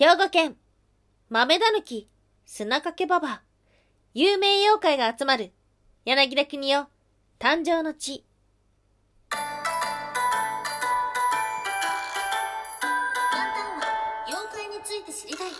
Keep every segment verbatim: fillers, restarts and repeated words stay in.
兵庫県、豆だぬき、砂かけばば、有名妖怪が集まる、柳田国男、誕生の地。 ワンタンは妖怪について知りたい。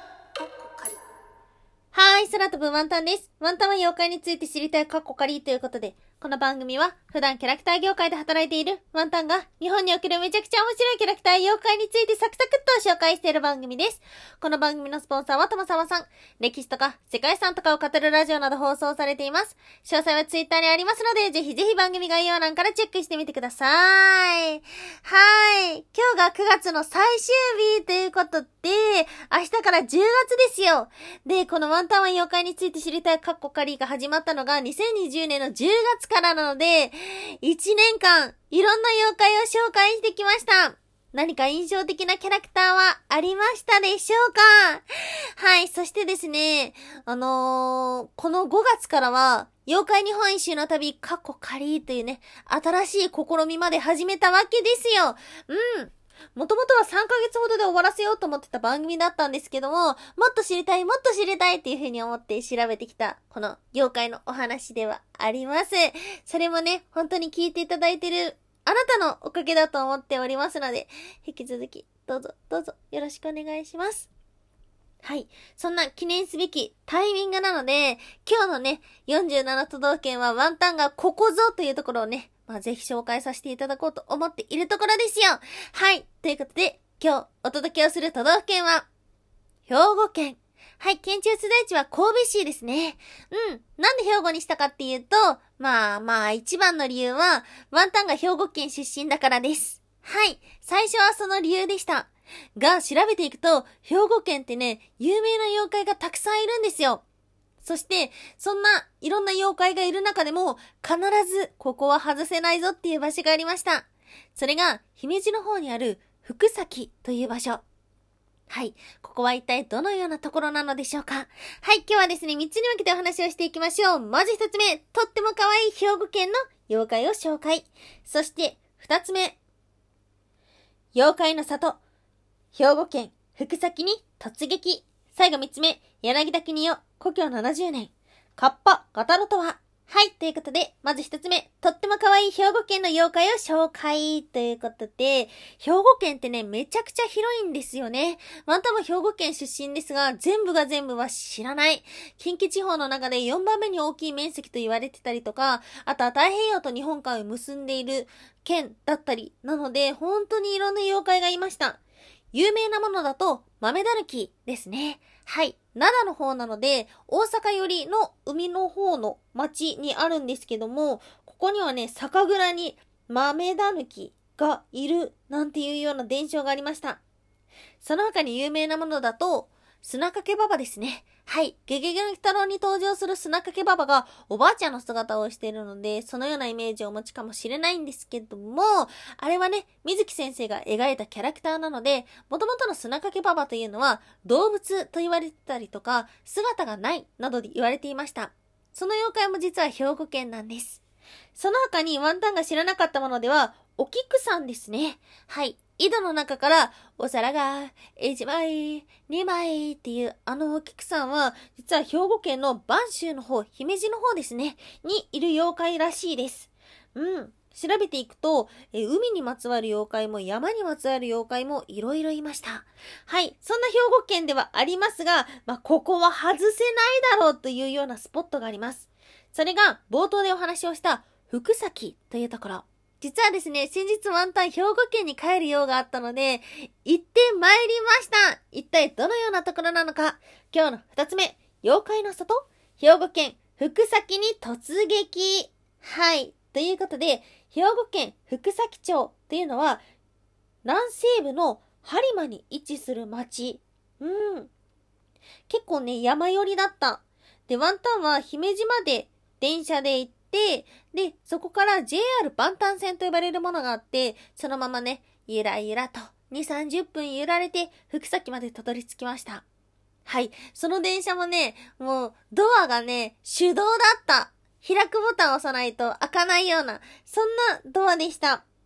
はーい、空飛ぶワンタンです。ワンタンは妖怪について知りたいカッコカリということで、この番組は普段キャラクター業界で働いているワンタンが日本におけるめちゃくちゃ面白いキャラクター妖怪についてサクサクっと紹介している番組です。この番組のスポンサーはともさまさん。歴史とか世界遺産とかを語るラジオなど放送されています。詳細はツイッターにありますので、ぜひぜひ番組概要欄からチェックしてみてください。はい。今日がくがつの最終日ということで、明日からじゅうがつですよ。で、このワンタンは妖怪について知りたいカッコカリが始まったのがにせんにじゅうねんのじゅうがつからなので、いちねんかんいろんな妖怪を紹介してきました。何か印象的なキャラクターはありましたでしょうか？はい、そしてですね、あのー、このごがつからは、妖怪日本一周の旅、カッコカリというね、新しい試みまで始めたわけですよ。うん。もともとはさんかげつほどで終わらせようと思ってた番組だったんですけども、もっと知りたい、もっと知りたいっていう風に思って調べてきた、この妖怪のお話ではあります。それもね、本当に聞いていただいてるあなたのおかげだと思っておりますので、引き続きどうぞどうぞよろしくお願いします。はい。そんな記念すべきタイミングなので、今日のね、よんじゅうななとどうけんはワンタンがここぞというところをね、まあ、ぜひ紹介させていただこうと思っているところですよ。はい。ということで、今日お届けをする都道府県は、兵庫県。はい。県庁所在地は神戸市ですね。うん。なんで兵庫にしたかっていうと、まあまあ一番の理由は、ワンタンが兵庫県出身だからです。はい。最初はその理由でした。が、調べていくと、兵庫県ってね、有名な妖怪がたくさんいるんですよ。そして、そんないろんな妖怪がいる中でも、必ずここは外せないぞっていう場所がありました。それが、姫路の方にある福崎という場所。はい。ここは一体どのようなところなのでしょうか。はい。今日はですね、みっつに分けてお話をしていきましょう。まず一つ目、とっても可愛い兵庫県の妖怪を紹介。そして、二つ目、妖怪の里、兵庫県福崎に突撃。最後三つ目、柳田国男、故郷ななじゅうねん。カッパ、ガタロとは。はい、ということで、まず一つ目、とっても可愛い兵庫県の妖怪を紹介ということで、兵庫県ってね、めちゃくちゃ広いんですよね。ワンタンも兵庫県出身ですが、全部が全部は知らない。近畿地方の中でよんばんめに大きい面積と言われてたりとか、あとは太平洋と日本海を結んでいる県だったり、なので、本当にいろんな妖怪がいました。有名なものだと、豆だぬきですね。はい。灘の方なので、大阪よりの海の方の町にあるんですけども、ここにはね、酒蔵に豆だぬきがいるなんていうような伝承がありました。その他に有名なものだと、砂かけばばですね。はい。ゲゲゲの鬼太郎に登場する砂かけばばがおばあちゃんの姿をしているので、そのようなイメージをお持ちかもしれないんですけども、あれはね、水木先生が描いたキャラクターなので、元々の砂かけばばというのは動物と言われてたりとか、姿がないなどで言われていました。その妖怪も実は兵庫県なんです。その他にワンタンが知らなかったものでは、お菊さんですね。はい。井戸の中からお皿がいちまい、にまいっていうあのお菊さんは実は兵庫県の播州の方、姫路の方ですね、にいる妖怪らしいです。うん。調べていくと、え海にまつわる妖怪も山にまつわる妖怪もいろいろいました。はい。そんな兵庫県ではありますが、まあ、ここは外せないだろうというようなスポットがあります。それが冒頭でお話をした福崎というところ。実はですね、先日ワンタン兵庫県に帰る用があったので、行ってまいりました。一体どのようなところなのか。今日の二つ目、妖怪の里、兵庫県福崎に突撃。はい。ということで、兵庫県福崎町というのは、南西部の播磨に位置する町。うん。結構ね、山寄りだった。で、ワンタンは姫路まで電車で行って、で、で、そこから ジェイアール 万丹線と呼ばれるものがあって、そのままね、ゆらゆらとに、さんじゅっぷん揺られて、福崎までたどり着きました。はい。その電車もね、もう、ドアがね、手動だった。開くボタンを押さないと開かないような、そんなドアでした。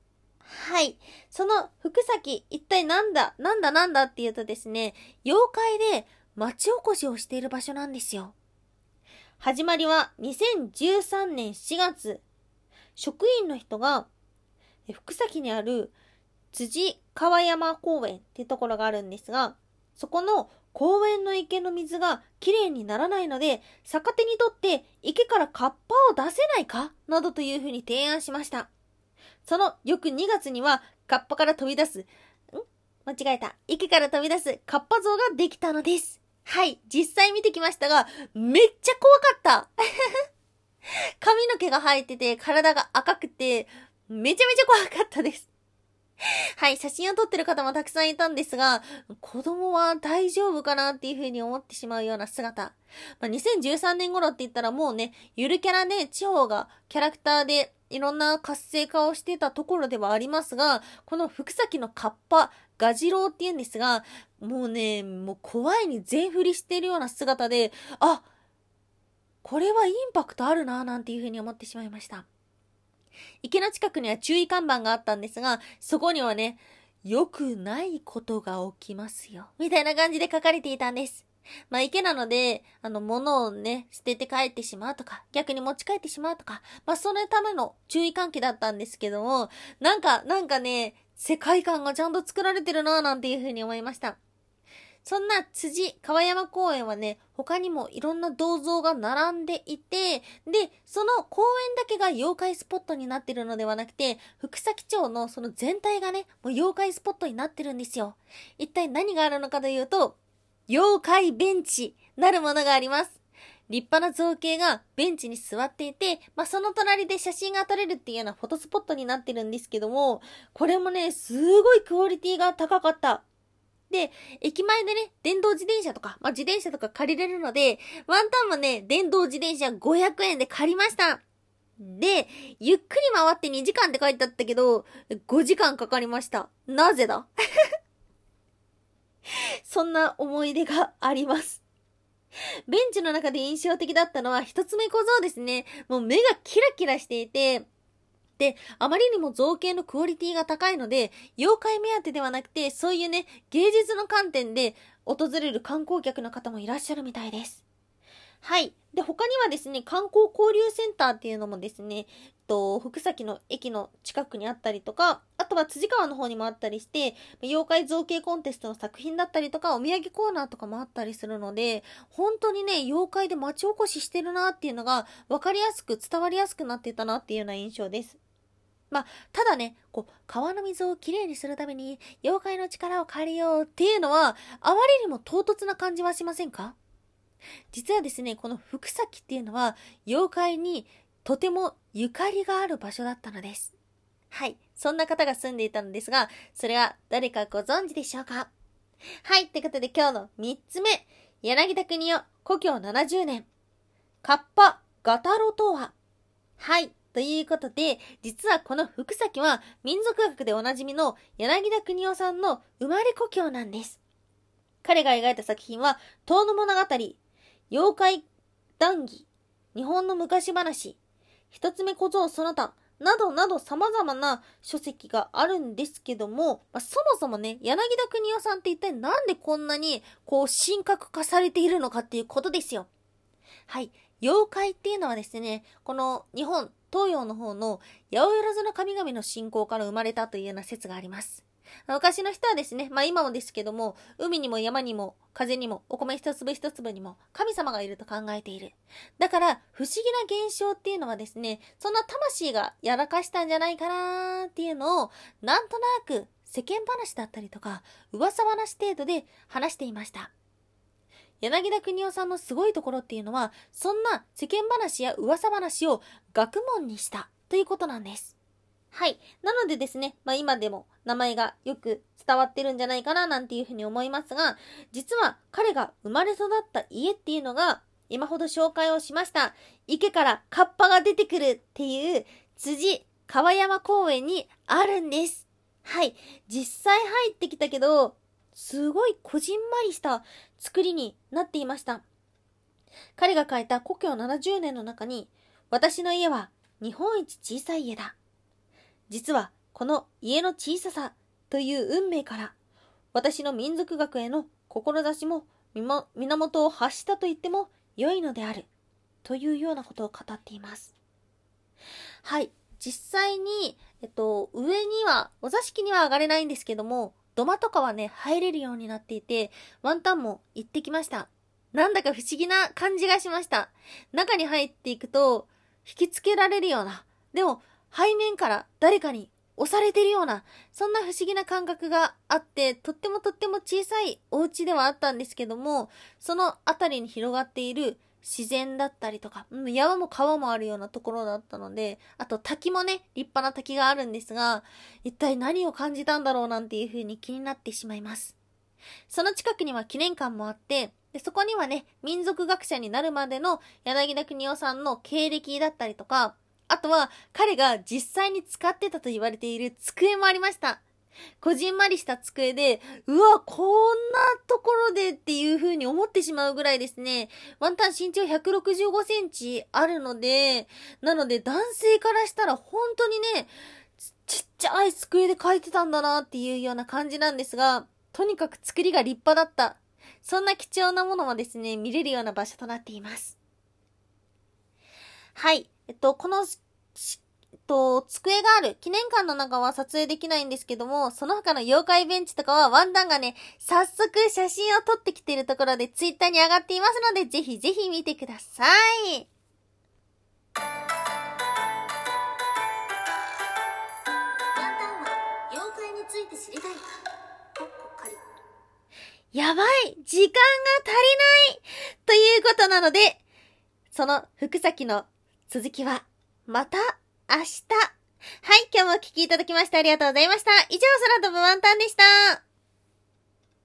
はい。その福崎、一体なんだ、なんだなんだっていうとですね、妖怪で町おこしをしている場所なんですよ。始まりはにせんじゅうさんねんしがつ、職員の人が福崎にある辻川山公園っていうところがあるんですが、そこの公園の池の水がきれいにならないので、逆手にとって池からカッパを出せないかなどというふうに提案しました。その翌にがつにはカッパから飛び出す、ん間違えた。池から飛び出すカッパ像ができたのです。はい、実際見てきましたが、めっちゃ怖かった。髪の毛が生えてて、体が赤くて、めちゃめちゃ怖かったです。はい、写真を撮ってる方もたくさんいたんですが、子供は大丈夫かなっていう風に思ってしまうような姿。まあ、にせんじゅうさんねん頃って言ったらもうね、ゆるキャラで地方がキャラクターでいろんな活性化をしていたところではありますが、この福崎のカッパ、ガジロウって言うんですが、もうね、もう怖いに全振りしているような姿で、あ、これはインパクトあるなぁなんていう風に思ってしまいました。池の近くには注意看板があったんですが、そこにはね、良くないことが起きますよ。みたいな感じで書かれていたんです。まあ池なので、あの物をね、捨てて帰ってしまうとか、逆に持ち帰ってしまうとか、まあそのための注意喚起だったんですけども、なんか、なんかね、世界観がちゃんと作られてるなぁなんていう風に思いました。そんな辻川山公園はね、他にもいろんな銅像が並んでいて、で、その公園だけが妖怪スポットになってるのではなくて、福崎町のその全体がね、もう妖怪スポットになってるんですよ。一体何があるのかというと、妖怪ベンチなるものがあります。立派な造形がベンチに座っていて、まあ、その隣で写真が撮れるっていうようなフォトスポットになってるんですけども、これもね、すごいクオリティが高かった。で、駅前でね、電動自転車とか、まあ、自転車とか借りれるので、ワンタンもね、電動自転車ごひゃくえんで借りました。で、ゆっくり回ってにじかんって書いてあったけど、ごじかんかかりました。なぜだそんな思い出があります。ベンチの中で印象的だったのは一つ目小僧ですね。もう目がキラキラしていて、で、あまりにも造形のクオリティが高いので、妖怪目当てではなくて、そういうね、芸術の観点で訪れる観光客の方もいらっしゃるみたいです。はい。で、他にはですね、観光交流センターっていうのもですね、と福崎の駅の近くにあったりとか、あとは辻川の方にもあったりして、妖怪造形コンテストの作品だったりとか、お土産コーナーとかもあったりするので、本当にね、妖怪で町おこししてるなっていうのが分かりやすく伝わりやすくなってたなっていうような印象です。まあ、ただね、こう、川の水をきれいにするために、妖怪の力を借りようっていうのは、あまりにも唐突な感じはしませんか？実はですね、この福崎っていうのは、妖怪にとてもゆかりがある場所だったのです。はい、そんな方が住んでいたのですが、それは誰かご存知でしょうか？はい、ということで今日のみっつめ、柳田国夫故郷ななじゅうねん、カッパガタロとは？はい。ということで、実はこの福崎は民族学でおなじみの柳田国夫さんの生まれ故郷なんです。彼が描いた作品は、遠野物語、妖怪談義、日本の昔話、一つ目小僧その他、などなど様々な書籍があるんですけども、まあ、そもそもね、柳田国夫さんって一体なんでこんなにこう神格化されているのかっていうことですよ。はい。妖怪っていうのはですね、この日本、東洋の方の八百万の神々の信仰から生まれたというような説があります。昔の人はですね、まあ今もですけども、海にも山にも風にもお米一粒一粒にも神様がいると考えている。だから不思議な現象っていうのはですね、そんな魂がやらかしたんじゃないかなーっていうのを、なんとなく世間話だったりとか噂話程度で話していました。柳田国夫さんのすごいところっていうのは、そんな世間話や噂話を学問にしたということなんです。はい。なのでですね、まあ今でも名前がよく伝わってるんじゃないかななんていうふうに思いますが、実は彼が生まれ育った家っていうのが、今ほど紹介をしました、池からカッパが出てくるっていう辻川山公園にあるんです。はい。実際入ってきたけど、すごいこじんまりした作りになっていました。彼が描いた故郷ななじゅうねんの中に、私の家は日本一小さい家だ。実はこの家の小ささという運命から、私の民族学への志も源を発したと言っても良いのであるというようなことを語っています。はい、実際に、えっと、上にはお座敷には上がれないんですけども、土間とかはね入れるようになっていて、ワンタンも行ってきました。なんだか不思議な感じがしました。中に入っていくと引きつけられるような、でも背面から誰かに押されてるような、そんな不思議な感覚があって、とってもとっても小さいお家ではあったんですけども、そのあたりに広がっている自然だったりとか、うん、山も川もあるようなところだったので、あと滝もね、立派な滝があるんですが、一体何を感じたんだろうなんていう風に気になってしまいます。その近くには記念館もあって、でそこにはね、民族学者になるまでの柳田国男さんの経歴だったりとか、あとは彼が実際に使ってたと言われている机もありました。こじんまりした机で、うわ、こんなところでっていう風に思ってしまうぐらいですね。ワンタン身長ひゃくろくじゅうごセンチあるので、なので男性からしたら本当にね、ちっちゃい机で描いてたんだなっていうような感じなんですが、とにかく作りが立派だった。そんな貴重なものもですね、見れるような場所となっています。はい。えっと、この、えっと、机がある記念館の中は撮影できないんですけども、その他の妖怪ベンチとかはワンタンがね、早速写真を撮ってきているところでツイッターに上がっていますので、ぜひぜひ見てください。 ワンタンは妖怪について知りたい。 やばい、時間が足りないということなので、その福崎の続きはまた明日。はい、今日もお聞きいただきましてありがとうございました。以上、空飛ぶワンタンでした。